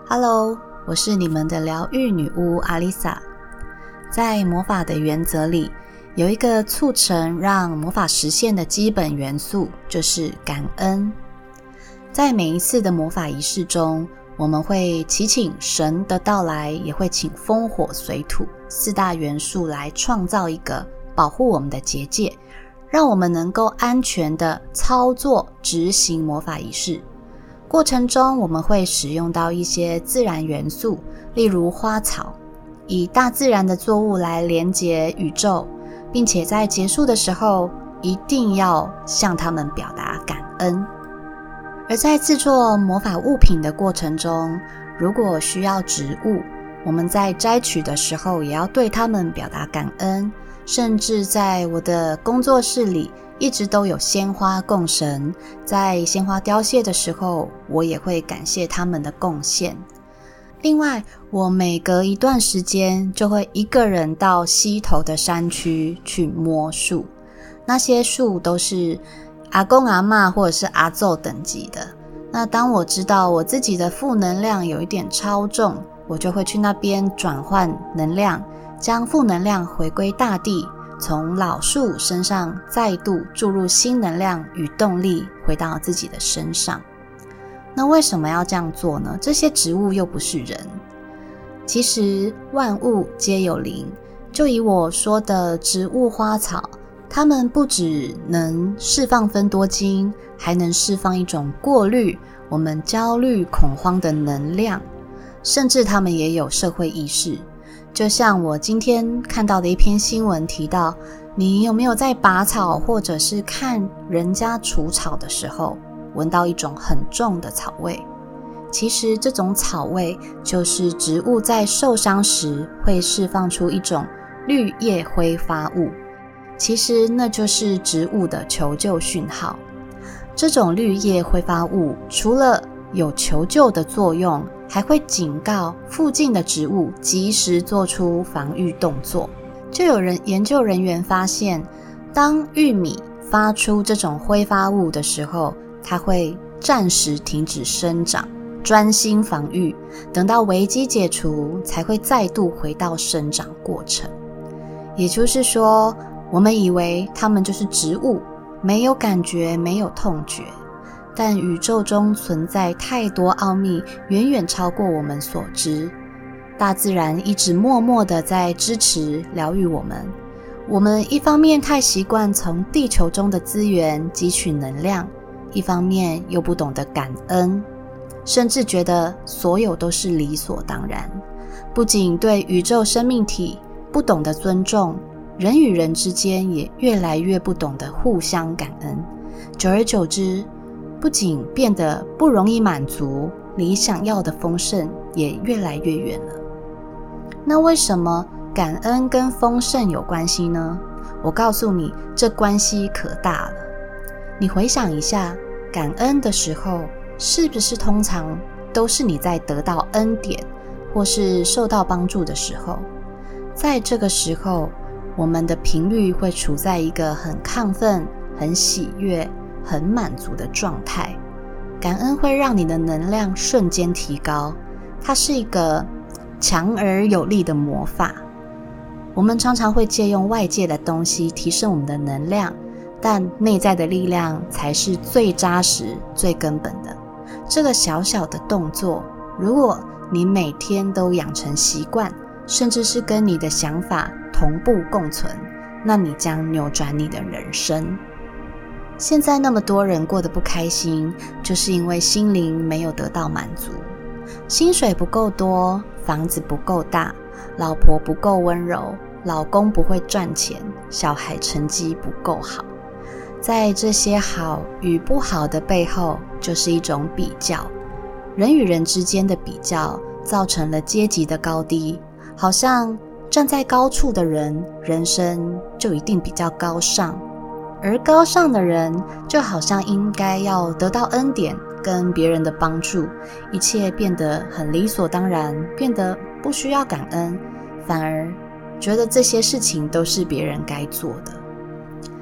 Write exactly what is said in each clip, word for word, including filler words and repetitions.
Hello， 我是你们的疗愈女巫阿丽萨。在魔法的原则里，有一个促成让魔法实现的基本元素，就是感恩。在每一次的魔法仪式中，我们会祈请神的到来，也会请风火水土四大元素来创造一个保护我们的结界，让我们能够安全的操作执行魔法仪式。过程中我们会使用到一些自然元素，例如花草，以大自然的作物来连接宇宙，并且在结束的时候一定要向他们表达感恩。而在制作魔法物品的过程中，如果需要植物，我们在摘取的时候也要对他们表达感恩。甚至在我的工作室里一直都有鲜花供神，在鲜花凋谢的时候，我也会感谢他们的贡献。另外，我每隔一段时间就会一个人到溪头的山区去摸树，那些树都是阿公阿嬷或者是阿祖等级的。那当我知道我自己的负能量有一点超重，我就会去那边转换能量，将负能量回归大地，从老树身上再度注入新能量与动力，回到自己的身上。那为什么要这样做呢？这些植物又不是人。其实万物皆有灵，就以我说的植物花草，它们不只能释放芬多精，还能释放一种过滤我们焦虑恐慌的能量，甚至它们也有社会意识。就像我今天看到的一篇新闻提到，你有没有在拔草或者是看人家除草的时候闻到一种很重的草味？其实这种草味就是植物在受伤时会释放出一种绿叶挥发物，其实那就是植物的求救讯号。这种绿叶挥发物除了有求救的作用，还会警告附近的植物及时做出防御动作。就有人研究人员发现，当玉米发出这种挥发物的时候，它会暂时停止生长，专心防御，等到危机解除才会再度回到生长过程。也就是说，我们以为它们就是植物，没有感觉，没有痛觉，但宇宙中存在太多奥秘，远远超过我们所知。大自然一直默默地在支持疗愈我们。我们一方面太习惯从地球中的资源汲取能量，一方面又不懂得感恩，甚至觉得所有都是理所当然。不仅对宇宙生命体不懂得尊重，人与人之间也越来越不懂得互相感恩。久而久之，不仅变得不容易满足，离想要的丰盛也越来越远了。那为什么感恩跟丰盛有关系呢？我告诉你，这关系可大了。你回想一下，感恩的时候，是不是通常都是你在得到恩典或是受到帮助的时候？在这个时候，我们的频率会处在一个很亢奋、很喜悦、很满足的状态。感恩会让你的能量瞬间提高，它是一个强而有力的魔法。我们常常会借用外界的东西提升我们的能量，但内在的力量才是最扎实、最根本的。这个小小的动作，如果你每天都养成习惯，甚至是跟你的想法同步共存，那你将扭转你的人生。现在那么多人过得不开心，就是因为心灵没有得到满足。薪水不够多，房子不够大，老婆不够温柔，老公不会赚钱，小孩成绩不够好。在这些好与不好的背后，就是一种比较。人与人之间的比较，造成了阶级的高低，好像站在高处的人，人生就一定比较高尚，而高尚的人就好像应该要得到恩典跟别人的帮助，一切变得很理所当然，变得不需要感恩，反而觉得这些事情都是别人该做的。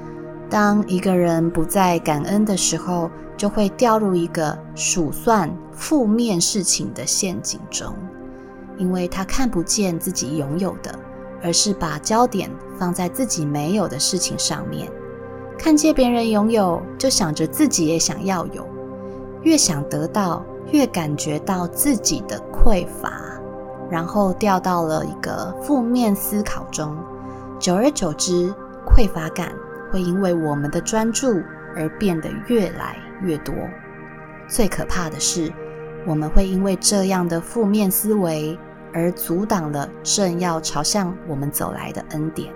当一个人不再感恩的时候，就会掉入一个数算负面事情的陷阱中，因为他看不见自己拥有的，而是把焦点放在自己没有的事情上面。看见别人拥有，就想着自己也想要有，越想得到，越感觉到自己的匮乏，然后掉到了一个负面思考中。久而久之，匮乏感会因为我们的专注而变得越来越多。最可怕的是，我们会因为这样的负面思维而阻挡了正要朝向我们走来的恩典。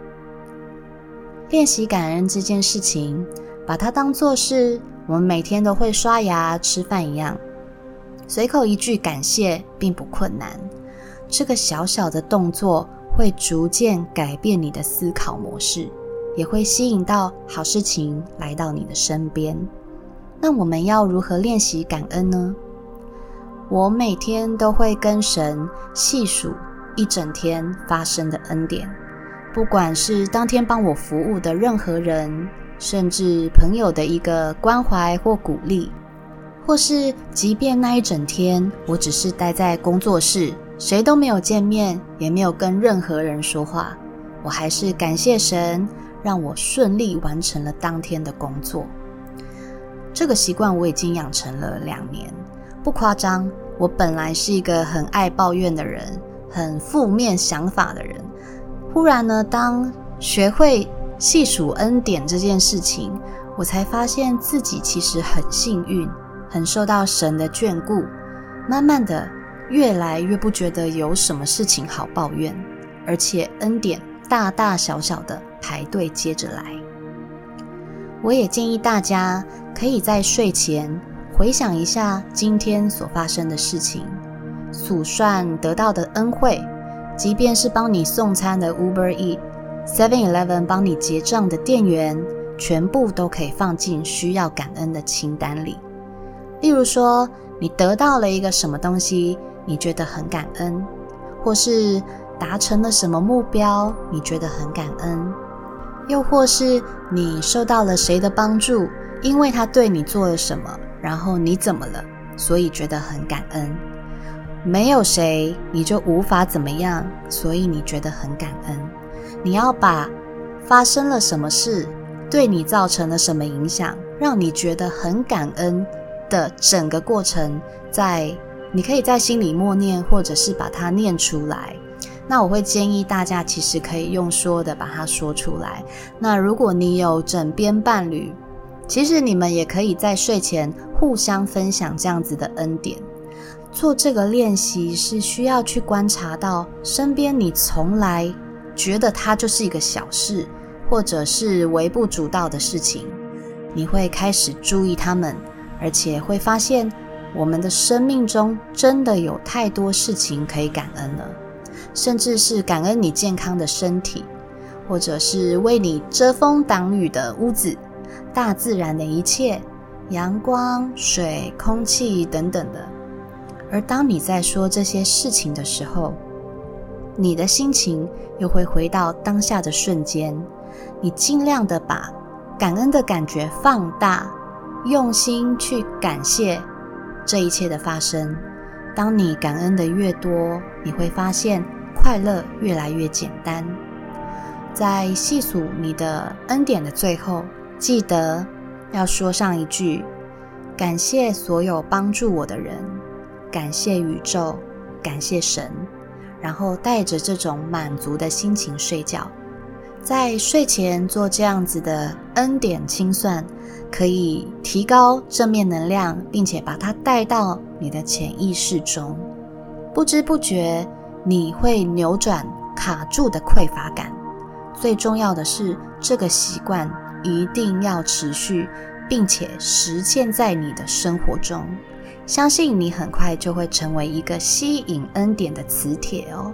练习感恩这件事情，把它当作是我们每天都会刷牙吃饭一样，随口一句感谢并不困难。这个小小的动作会逐渐改变你的思考模式，也会吸引到好事情来到你的身边。那我们要如何练习感恩呢？我每天都会跟神细数一整天发生的恩典，不管是当天帮我服务的任何人，甚至朋友的一个关怀或鼓励，或是即便那一整天我只是待在工作室，谁都没有见面，也没有跟任何人说话，我还是感谢神让我顺利完成了当天的工作。这个习惯我已经养成了两年，不夸张，我本来是一个很爱抱怨的人，很负面想法的人。忽然呢，当学会细数恩典这件事情，我才发现自己其实很幸运，很受到神的眷顾，慢慢的越来越不觉得有什么事情好抱怨，而且恩典大大小小的排队接着来。我也建议大家可以在睡前回想一下今天所发生的事情，数算得到的恩惠，即便是帮你送餐的 Uber Eats、seven eleven 帮你结账的店员，全部都可以放进需要感恩的清单里。例如说，你得到了一个什么东西，你觉得很感恩，或是达成了什么目标，你觉得很感恩，又或是你受到了谁的帮助，因为他对你做了什么，然后你怎么了，所以觉得很感恩。没有谁你就无法怎么样，所以你觉得很感恩。你要把发生了什么事，对你造成了什么影响，让你觉得很感恩的整个过程，在你可以在心里默念，或者是把它念出来。那我会建议大家其实可以用说的把它说出来。那如果你有枕边伴侣，其实你们也可以在睡前互相分享这样子的恩典。做这个练习是需要去观察到身边你从来觉得它就是一个小事，或者是微不足道的事情，你会开始注意它们，而且会发现我们的生命中真的有太多事情可以感恩了，甚至是感恩你健康的身体，或者是为你遮风挡雨的屋子，大自然的一切，阳光、水、空气等等的。而当你在说这些事情的时候，你的心情又会回到当下的瞬间，你尽量的把感恩的感觉放大，用心去感谢这一切的发生。当你感恩的越多，你会发现快乐越来越简单。在细数你的恩典的最后，记得要说上一句：感谢所有帮助我的人，感谢宇宙，感谢神，然后带着这种满足的心情睡觉。在睡前做这样子的恩典清算，可以提高正面能量，并且把它带到你的潜意识中。不知不觉，你会扭转卡住的匮乏感。最重要的是，这个习惯一定要持续，并且实践在你的生活中。相信你很快就会成为一个吸引恩典的磁铁哦。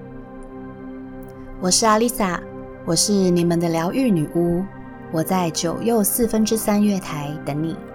我是阿丽萨，我是你们的疗愈女巫，我在九又四分之三月台等你。